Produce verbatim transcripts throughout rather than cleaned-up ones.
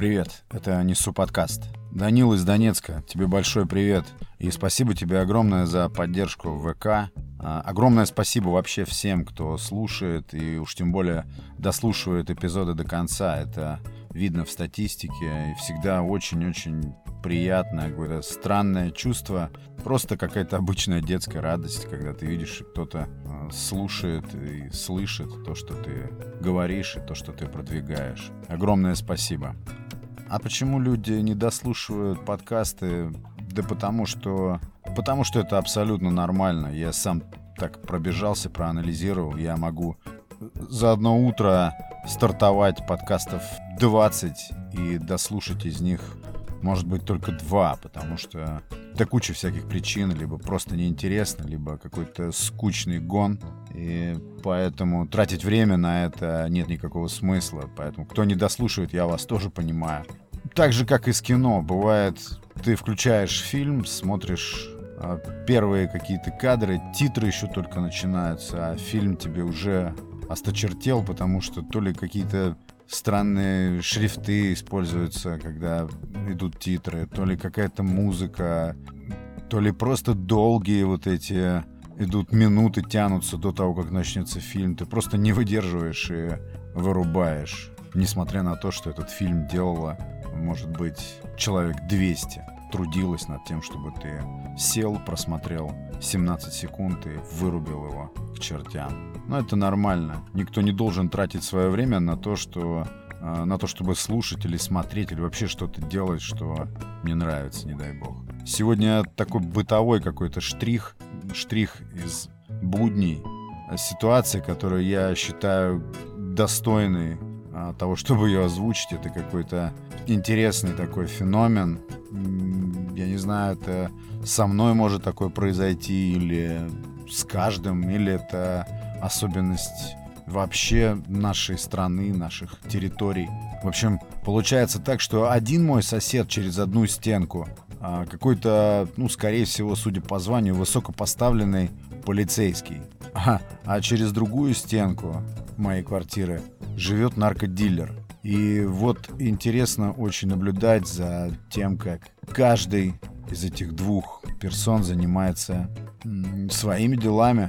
Привет, это Несу подкаст. Данил из Донецка, тебе большой привет. И спасибо тебе огромное за поддержку в ВК. Огромное спасибо вообще всем, кто слушает и уж тем более дослушивает эпизоды до конца. Это видно в статистике и всегда очень-очень приятное, какое-то странное чувство. Просто какая-то обычная детская радость, когда ты видишь, что кто-то слушает и слышит то, что ты говоришь, и то, что ты продвигаешь. Огромное спасибо. А почему люди не дослушивают подкасты? Да потому что... Потому что это абсолютно нормально. Я сам так пробежался, проанализировал. Я могу за одно утро стартовать подкастов двадцать и дослушать из них, может быть, только два, потому что да куча всяких причин, либо просто неинтересно, либо какой-то скучный гон, и поэтому тратить время на это нет никакого смысла. Поэтому кто не дослушивает, я вас тоже понимаю. Так же, как и с кино, бывает, ты включаешь фильм, смотришь а, первые какие-то кадры, титры еще только начинаются, а фильм тебе уже осточертел, потому что то ли какие-то странные шрифты используются, когда идут титры, то ли какая-то музыка, то ли просто долгие вот эти идут минуты, тянутся до того, как начнется фильм. Ты просто не выдерживаешь и вырубаешь. Несмотря на то, что этот фильм делало, может быть, человек двести трудилось над тем, чтобы ты сел, просмотрел семнадцать секунд и вырубил его к чертям. Но это нормально. Никто не должен тратить свое время на то, что, на то, чтобы слушать или смотреть, или вообще что-то делать, что не нравится, не дай бог. Сегодня такой бытовой какой-то штрих, штрих из будней, ситуации, которую я считаю достойной того, чтобы ее озвучить. Это какой-то интересный такой феномен. Я не знаю, это со мной может такое произойти или с каждым, или это особенность вообще нашей страны, наших территорий. В общем, получается так, что один мой сосед через одну стенку, какой-то, ну, скорее всего, судя по званию, высокопоставленный полицейский, а, а через другую стенку моей квартиры живет наркодилер. И вот интересно очень наблюдать за тем, как каждый из этих двух персон занимается м, своими делами.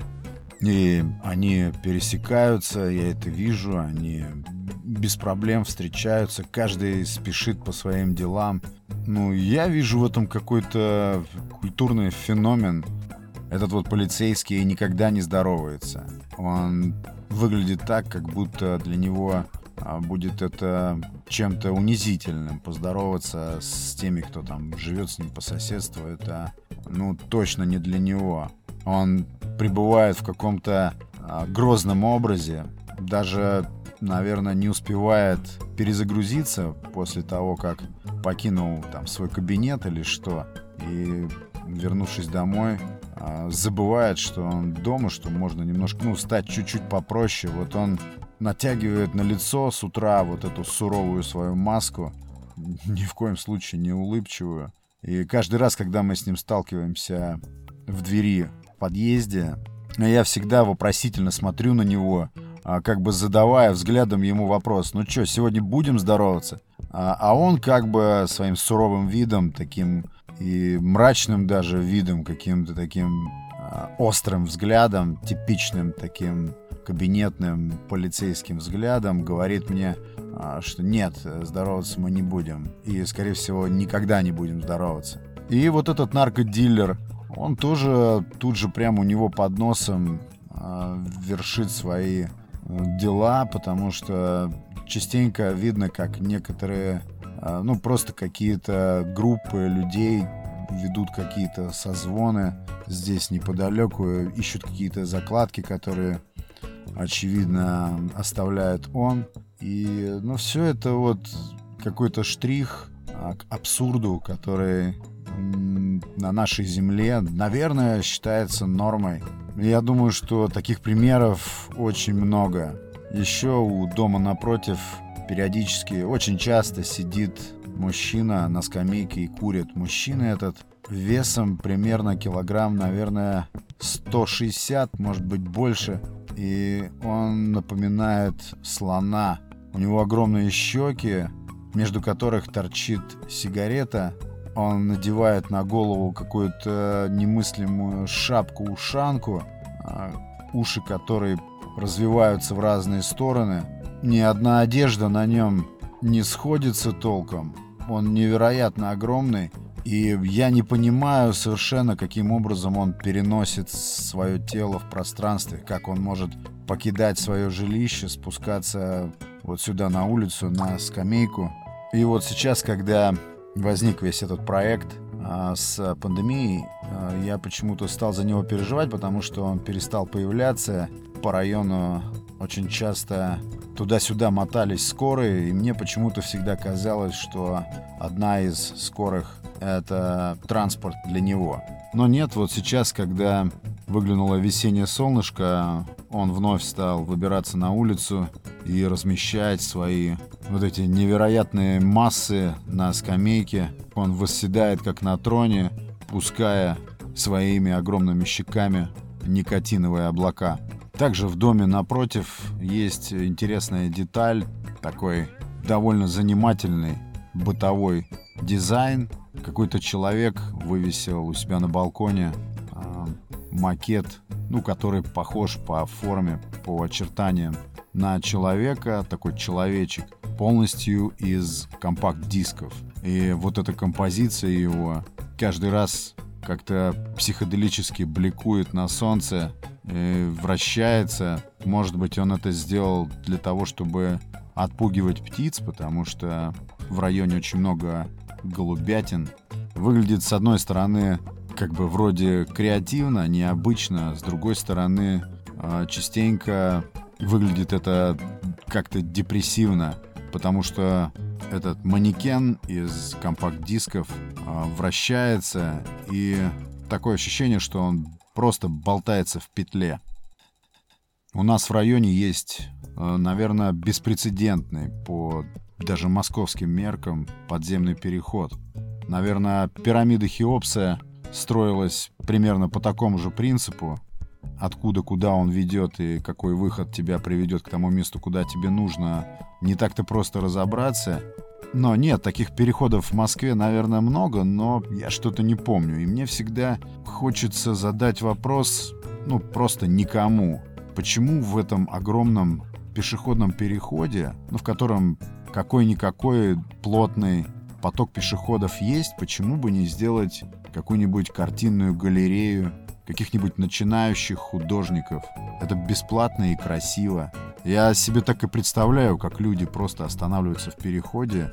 И они пересекаются, я это вижу, они без проблем встречаются, каждый спешит по своим делам. Ну, я вижу в этом какой-то культурный феномен. Этот вот полицейский никогда не здоровается. Он выглядит так, как будто для него будет это чем-то унизительным. Поздороваться с теми, кто там живет с ним по соседству, это, ну, точно не для него. Он пребывает в каком-то а, грозном образе, даже, наверное, не успевает перезагрузиться после того, как покинул там свой кабинет или что, и, вернувшись домой, а, забывает, что он дома, что можно немножко, ну, стать чуть-чуть попроще. Вот он натягивает на лицо с утра вот эту суровую свою маску, ни в коем случае не улыбчивую. И каждый раз, когда мы с ним сталкиваемся в двери в подъезде, я всегда вопросительно смотрю на него, как бы задавая взглядом ему вопрос: ну что, сегодня будем здороваться? А он как бы своим суровым видом, таким и мрачным даже видом, каким-то таким острым взглядом, типичным таким кабинетным полицейским взглядом говорит мне, что нет, здороваться мы не будем. И, скорее всего, никогда не будем здороваться. И вот этот наркодилер, он тоже тут же прямо у него под носом вершит свои дела, потому что частенько видно, как некоторые, ну, просто какие-то группы людей ведут какие-то созвоны здесь неподалеку, ищут какие-то закладки, которые, очевидно, оставляет он. И, ну, все это вот какой-то штрих к абсурду, который на нашей земле, наверное, считается нормой. Я думаю, что таких примеров очень много. Еще у дома напротив периодически, очень часто сидит мужчина на скамейке и курит. Мужчина этот весом примерно килограмм, наверное, сто шестьдесят, может быть, больше. И он напоминает слона. У него огромные щеки, между которых торчит сигарета. Он надевает на голову какую-то немыслимую шапку-ушанку, уши которой развиваются в разные стороны. Ни одна одежда на нем не сходится толком. Он невероятно огромный. И я не понимаю совершенно, каким образом он переносит свое тело в пространстве, как он может покидать свое жилище, спускаться вот сюда на улицу, на скамейку. И вот сейчас, когда возник весь этот проект а, с пандемией, а, я почему-то стал за него переживать, потому что он перестал появляться. По району очень часто туда-сюда мотались скорые, и мне почему-то всегда казалось, что одна из скорых — это транспорт для него. Но нет, вот сейчас, когда выглянуло весеннее солнышко, он вновь стал выбираться на улицу и размещать свои вот эти невероятные массы на скамейке. Он восседает как на троне, пуская своими огромными щеками никотиновые облака. Также в доме напротив есть интересная деталь, такой довольно занимательный бытовой дизайн. Какой-то человек вывесил у себя на балконе э, макет, ну, который похож по форме, по очертаниям на человека, такой человечек, полностью из компакт-дисков. И вот эта композиция его каждый раз как-то психоделически бликует на солнце, и вращается. Может быть, он это сделал для того, чтобы отпугивать птиц, потому что в районе очень много голубятин. Выглядит, с одной стороны, как бы вроде креативно, необычно, с другой стороны, частенько выглядит это как-то депрессивно, потому что этот манекен из компакт-дисков вращается, и такое ощущение, что он просто болтается в петле. У нас в районе есть, наверное, беспрецедентный по даже московским меркам подземный переход. Наверное, пирамида Хеопса строилась примерно по такому же принципу. Откуда, куда он ведет и какой выход тебя приведет к тому месту, куда тебе нужно, не так-то просто разобраться. Но нет, таких переходов в Москве, наверное, много, но я что-то не помню. И мне всегда хочется задать вопрос, ну, просто никому. Почему в этом огромном пешеходном переходе, ну, в котором какой-никакой плотный поток пешеходов есть, почему бы не сделать какую-нибудь картинную галерею каких-нибудь начинающих художников? Это бесплатно и красиво. Я себе так и представляю, как люди просто останавливаются в переходе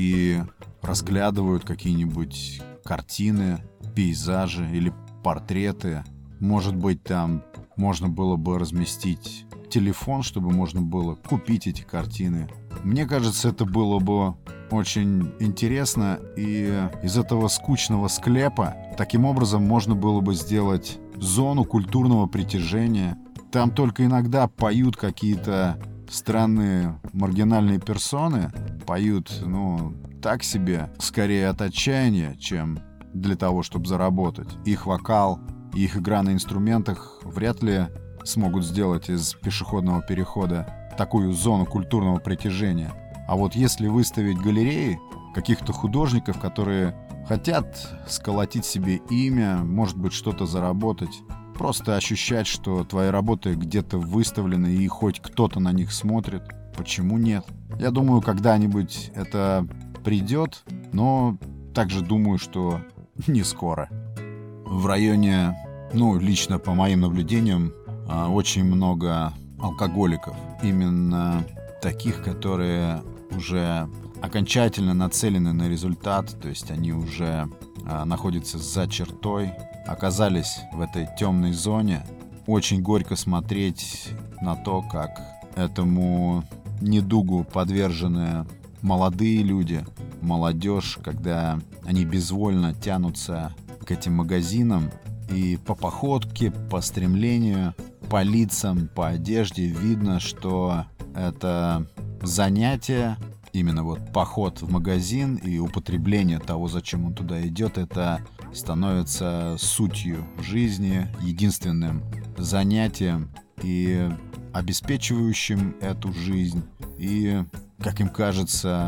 и разглядывают какие-нибудь картины, пейзажи или портреты. Может быть, там можно было бы разместить телефон, чтобы можно было купить эти картины. Мне кажется, это было бы очень интересно, и из этого скучного склепа таким образом можно было бы сделать зону культурного притяжения. Там только иногда поют какие-то странные маргинальные персоны, поют, ну, так себе, скорее от отчаяния, чем для того, чтобы заработать. Их вокал и их игра на инструментах вряд ли смогут сделать из пешеходного перехода такую зону культурного притяжения. А вот если выставить галереи каких-то художников, которые хотят сколотить себе имя, может быть, что-то заработать, просто ощущать, что твои работы где-то выставлены и хоть кто-то на них смотрит, почему нет? Я думаю, когда-нибудь это придет, но также думаю, что не скоро. В районе, ну, лично по моим наблюдениям, очень много алкоголиков. Именно таких, которые уже окончательно нацелены на результат, то есть они уже а, находятся за чертой, оказались в этой темной зоне. Очень горько смотреть на то, как этому недугу подвержены молодые люди, молодежь, когда они безвольно тянутся к этим магазинам, и по походке, по стремлению, по лицам, по одежде видно, что это занятие, именно вот поход в магазин и употребление того, зачем он туда идет, это становится сутью жизни, единственным занятием и обеспечивающим эту жизнь, и, как им кажется,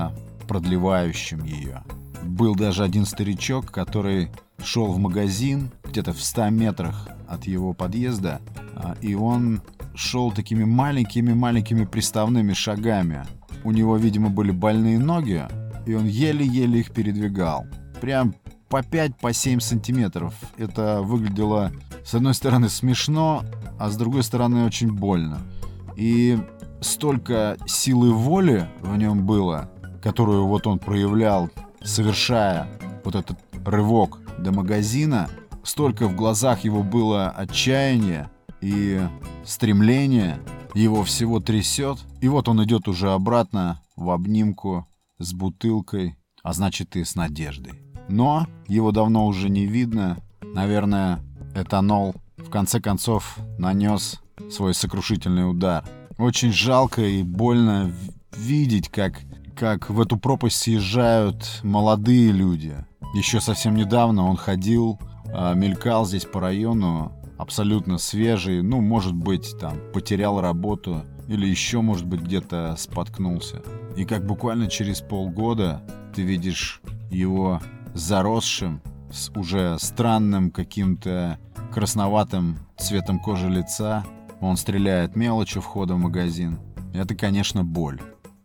продлевающим ее. Был даже один старичок, который шел в магазин где-то в ста метрах от его подъезда, и он шел такими маленькими-маленькими приставными шагами. У него, видимо, были больные ноги, и он еле-еле их передвигал. Прям по пять, по семь сантиметров. Это выглядело, с одной стороны, смешно, а с другой стороны, очень больно. И столько силы воли в нем было, которую вот он проявлял, совершая вот этот рывок до магазина, столько в глазах его было отчаяния и стремления, его всего трясет. И вот он идет уже обратно в обнимку с бутылкой, а значит и с надеждой. Но его давно уже не видно. Наверное, этанол в конце концов нанес свой сокрушительный удар. Очень жалко и больно видеть, как, как в эту пропасть съезжают молодые люди. Еще совсем недавно он ходил, мелькал здесь по району, абсолютно свежий, ну, может быть, там, потерял работу или еще, может быть, где-то споткнулся. И как буквально через полгода ты видишь его заросшим, с уже странным каким-то красноватым цветом кожи лица. Он стреляет мелочью входа в магазин. Это, конечно, боль.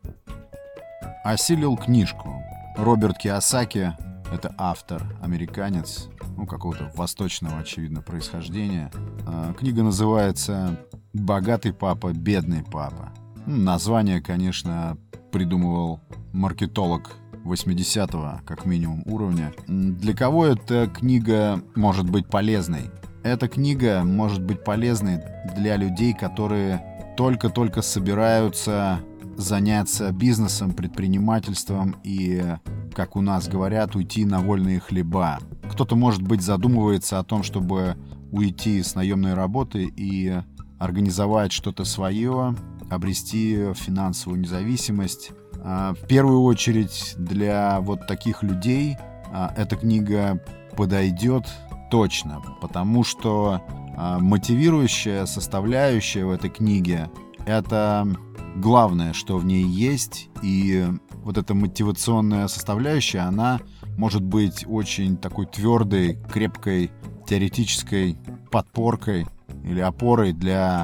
Осилил книжку. Роберт Кийосаки — это автор, американец, ну, какого-то восточного, очевидно, происхождения. Книга называется «Богатый папа, бедный папа». Название, конечно, придумывал маркетолог восьмидесятого, как минимум, уровня. Для кого эта книга может быть полезной? Эта книга может быть полезной для людей, которые только-только собираются заняться бизнесом, предпринимательством и, как у нас говорят, уйти на вольные хлеба. Кто-то, может быть, задумывается о том, чтобы уйти с наемной работы и организовать что-то свое, обрести финансовую независимость. В первую очередь для вот таких людей эта книга подойдет точно, потому что мотивирующая составляющая в этой книге — это главное, что в ней есть, и вот эта мотивационная составляющая, она может быть очень такой твердой, крепкой, теоретической подпоркой или опорой для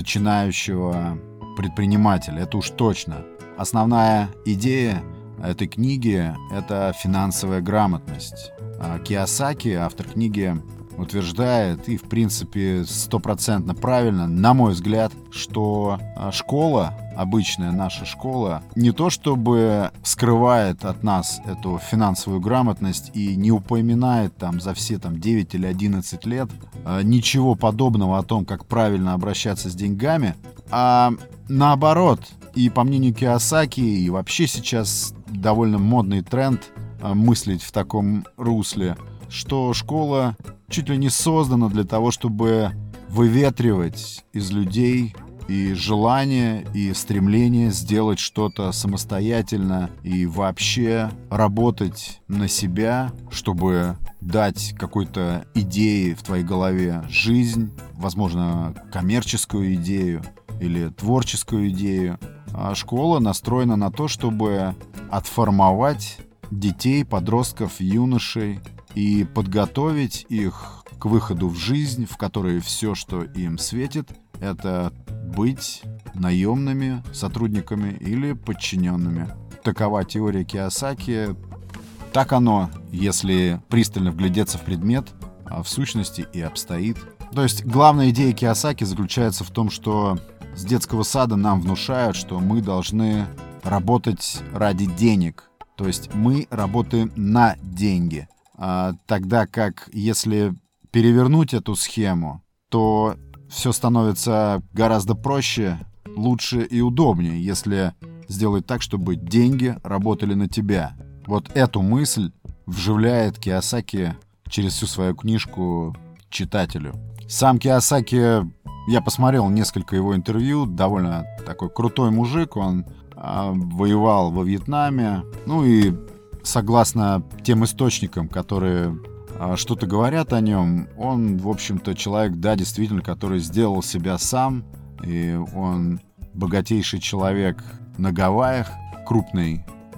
начинающего предпринимателя, это уж точно. Основная идея этой книги — это финансовая грамотность. Кийосаки, автор книги, утверждает, и в принципе стопроцентно правильно, на мой взгляд, что школа, обычная наша школа, не то чтобы скрывает от нас эту финансовую грамотность и не упоминает там за все там девять или одиннадцать лет ничего подобного о том, как правильно обращаться с деньгами, а наоборот. И по мнению Кийосаки, и вообще сейчас довольно модный тренд мыслить в таком русле, что школа чуть ли не создана для того, чтобы выветривать из людей и желание, и стремление сделать что-то самостоятельно и вообще работать на себя, чтобы дать какой-то идее в твоей голове жизнь, возможно, коммерческую идею или творческую идею. А школа настроена на то, чтобы отформовать детей, подростков, юношей и подготовить их к выходу в жизнь, в которой все, что им светит, это быть наемными сотрудниками или подчиненными. Такова теория Кийосаки. Так оно, если пристально вглядеться в предмет, в сущности и обстоит. То есть главная идея Кийосаки заключается в том, что с детского сада нам внушают, что мы должны работать ради денег. То есть мы работаем на деньги. А, тогда как если перевернуть эту схему, то все становится гораздо проще, лучше и удобнее, если сделать так, чтобы деньги работали на тебя. Вот эту мысль вживляет Кийосаки через всю свою книжку читателю. Сам Кийосаки, я посмотрел несколько его интервью, довольно такой крутой мужик, он а, воевал во Вьетнаме, ну и согласно тем источникам, которые а, что-то говорят о нем, он, в общем-то, человек, да, действительно, который сделал себя сам, и он богатейший человек на Гавайях, крупный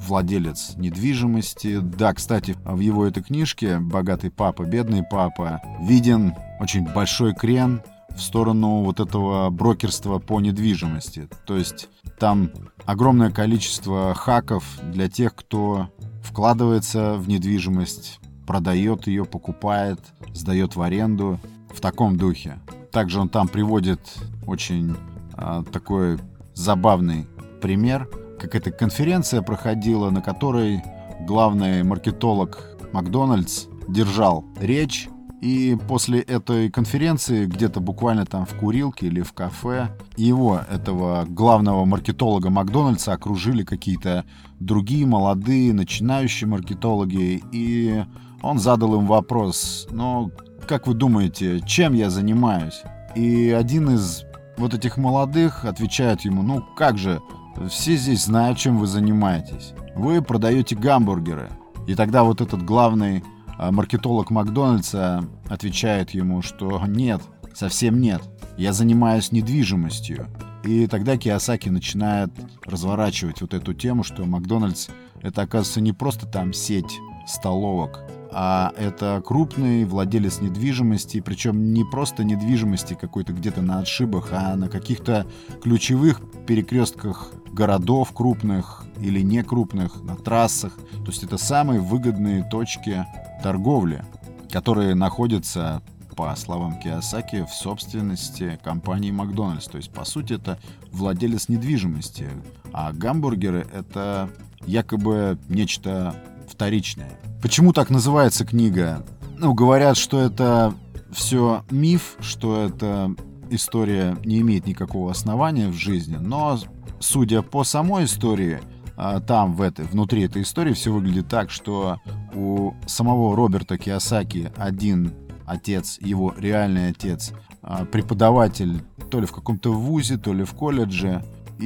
владелец недвижимости. Да, кстати, в его этой книжке «Богатый папа, бедный папа» виден очень большой крен в сторону вот этого брокерства по недвижимости. То есть там огромное количество хаков для тех, кто вкладывается в недвижимость, продает ее, покупает, сдает в аренду в таком духе. Также он там приводит очень а, такой забавный пример. Какая-то конференция проходила, на которой главный маркетолог Макдональдс держал речь. И после этой конференции где-то буквально там в курилке или в кафе его, этого главного маркетолога Макдональдса, окружили какие-то другие молодые начинающие маркетологи. И он задал им вопрос: ну, как вы думаете, чем я занимаюсь? И один из вот этих молодых отвечает ему: ну как же, все здесь знают, чем вы занимаетесь. Вы продаете гамбургеры. И тогда вот этот главный маркетолог Макдональдса отвечает ему, что нет, совсем нет, я занимаюсь недвижимостью. И тогда Кийосаки начинает разворачивать вот эту тему, что Макдональдс — это, оказывается, не просто там сеть столовок, а это крупный владелец недвижимости, причем не просто недвижимости какой-то где-то на отшибах, а на каких-то ключевых перекрестках городов крупных или некрупных, на трассах. То есть это самые выгодные точки торговли, которые находятся, по словам Кийосаки, в собственности компании Макдональдс. То есть, по сути, это владелец недвижимости. А гамбургеры — это якобы нечто вторичное. Почему так называется книга? Ну, говорят, что это все миф, что эта история не имеет никакого основания в жизни. Но, судя по самой истории, там, в этой, внутри этой истории все выглядит так, что у самого Роберта Кийосаки один отец, его реальный отец, преподаватель то ли в каком-то вузе, то ли в колледже.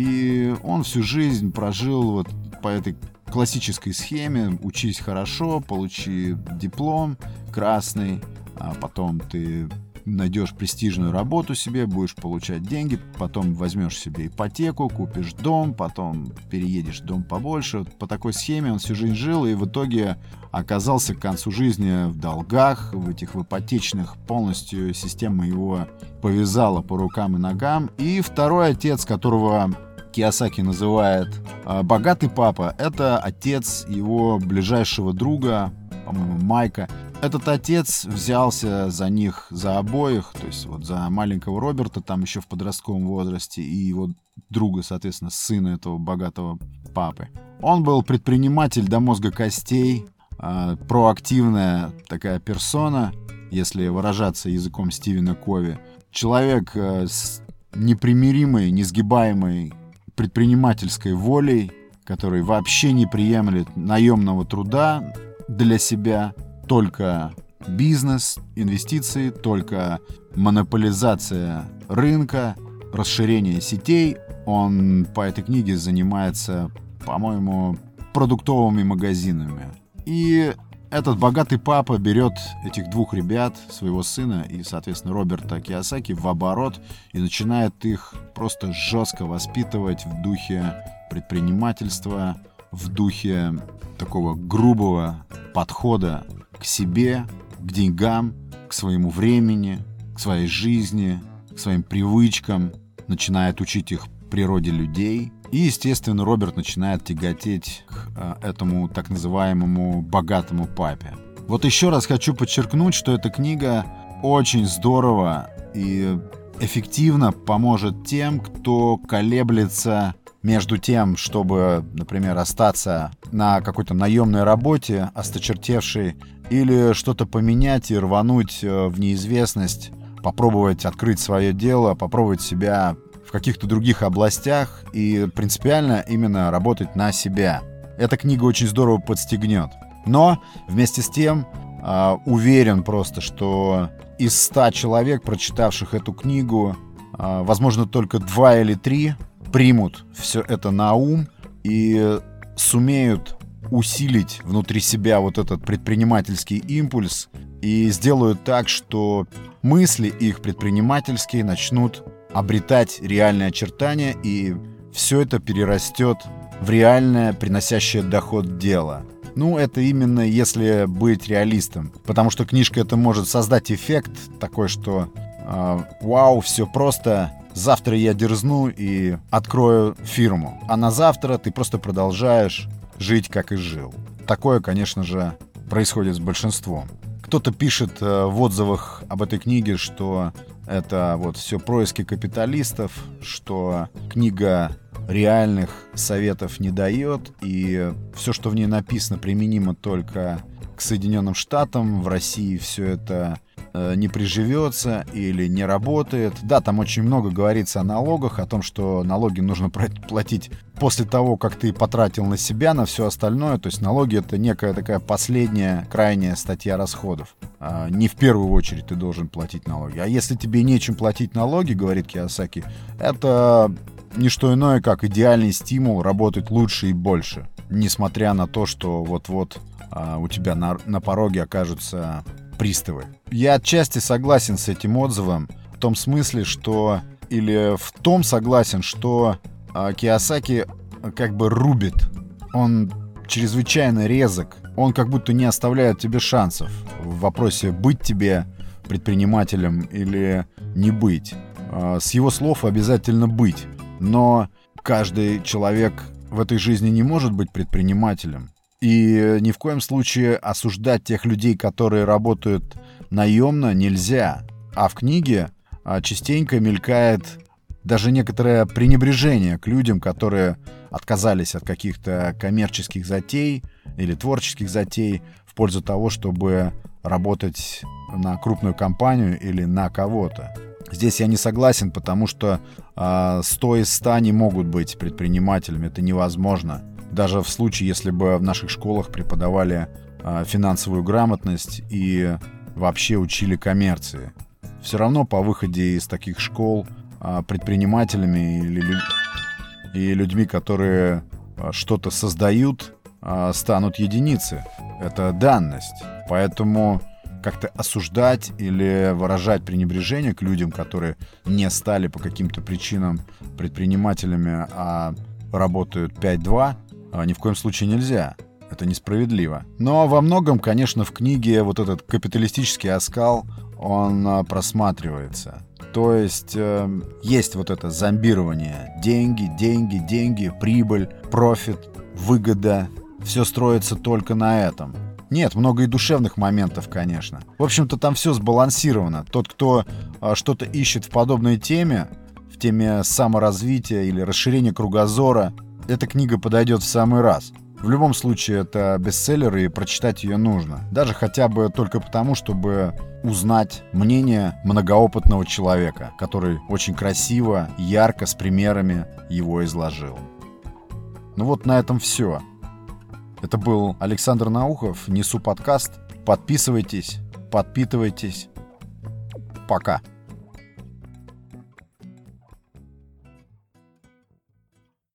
И он всю жизнь прожил вот по этой классической схеме: учись хорошо, получи диплом красный, а потом ты найдешь престижную работу себе, будешь получать деньги, потом возьмешь себе ипотеку, купишь дом, потом переедешь в дом побольше. Вот по такой схеме он всю жизнь жил и в итоге оказался к концу жизни в долгах, в этих в ипотечных. Полностью система его повязала по рукам и ногам. И второй отец, которого Кийосаки называет «богатый папа», это отец его ближайшего друга, по-моему, Майка. Этот отец взялся за них, за обоих, то есть вот за маленького Роберта, там еще в подростковом возрасте, и его друга, соответственно, сына этого богатого папы. Он был предприниматель до мозга костей, э, проактивная такая персона, если выражаться языком Стивена Кови. Человек э, с непримиримой, несгибаемой предпринимательской волей, который вообще не приемлет наемного труда для себя, только бизнес, инвестиции, только монополизация рынка, расширение сетей. Он по этой книге занимается, по-моему, продуктовыми магазинами. И этот богатый папа берет этих двух ребят, своего сына и, соответственно, Роберта Кийосаки, в оборот и начинает их просто жестко воспитывать в духе предпринимательства, в духе такого грубого подхода к себе, к деньгам, к своему времени, к своей жизни, к своим привычкам, начинает учить их природе людей. И, естественно, Роберт начинает тяготеть к э, этому так называемому богатому папе. Вот еще раз хочу подчеркнуть, что эта книга очень здорово и эффективно поможет тем, кто колеблется между тем, чтобы, например, остаться на какой-то наемной работе, осточертевшей, или что-то поменять и рвануть в неизвестность, попробовать открыть свое дело, попробовать себя в каких-то других областях и принципиально именно работать на себя. Эта книга очень здорово подстегнет. Но вместе с тем э, уверен просто, что из ста человек, прочитавших эту книгу, э, возможно, только два или три примут все это на ум и сумеют усилить внутри себя вот этот предпринимательский импульс и сделают так, что мысли их предпринимательские начнут обретать реальные очертания, и все это перерастет в реальное, приносящее доход дело. Ну, это именно если быть реалистом. Потому что книжка это может создать эффект такой, что э, вау, все просто, завтра я дерзну и открою фирму. А на завтра ты просто продолжаешь жить, как и жил. Такое, конечно же, происходит с большинством. Кто-то пишет э, в отзывах об этой книге, что это вот все происки капиталистов, что книга реальных советов не дает, и все, что в ней написано, применимо только к Соединенным Штатам. В России все это э, не приживется или не работает. Да, там очень много говорится о налогах, о том, что налоги нужно платить после того, как ты потратил на себя, на все остальное. То есть налоги — это некая такая последняя, крайняя статья расходов. А не в первую очередь ты должен платить налоги. А если тебе нечем платить налоги, говорит Кийосаки, это не что иное, как идеальный стимул работать лучше и больше. Несмотря на то, что вот-вот а, у тебя на, на пороге окажутся приставы. Я отчасти согласен с этим отзывом в том смысле, что... Или в том согласен, что а, Кийосаки как бы рубит. Он чрезвычайно резок. Он как будто не оставляет тебе шансов в вопросе, быть тебе предпринимателем или не быть. А, с его слов обязательно быть. Но каждый человек в этой жизни не может быть предпринимателем. И ни в коем случае осуждать тех людей, которые работают наемно, нельзя. А в книге частенько мелькает даже некоторое пренебрежение к людям, которые отказались от каких-то коммерческих затей или творческих затей в пользу того, чтобы работать на крупную компанию или на кого-то. Здесь я не согласен, потому что э, сто из ста не могут быть предпринимателями. Это невозможно. Даже в случае, если бы в наших школах преподавали э, финансовую грамотность и вообще учили коммерции. Все равно по выходе из таких школ э, предпринимателями или, и людьми, которые э, что-то создают, э, станут единицы. Это данность. Поэтому... как-то осуждать или выражать пренебрежение к людям, которые не стали по каким-то причинам предпринимателями, а работают пять-два, ни в коем случае нельзя. Это несправедливо. Но во многом, конечно, в книге вот этот капиталистический оскал, он просматривается. То есть э, есть вот это зомбирование. Деньги, деньги, деньги, прибыль, профит, выгода. Все строится только на этом. Нет, много и душевных моментов, конечно. В общем-то, там все сбалансировано. Тот, кто а, что-то ищет в подобной теме, в теме саморазвития или расширения кругозора, эта книга подойдет в самый раз. В любом случае, это бестселлер, и прочитать ее нужно. Даже хотя бы только потому, чтобы узнать мнение многоопытного человека, который очень красиво, ярко, с примерами его изложил. Ну вот на этом все. Это был Александр Наухов, Несу подкаст. Подписывайтесь, подпитывайтесь. Пока.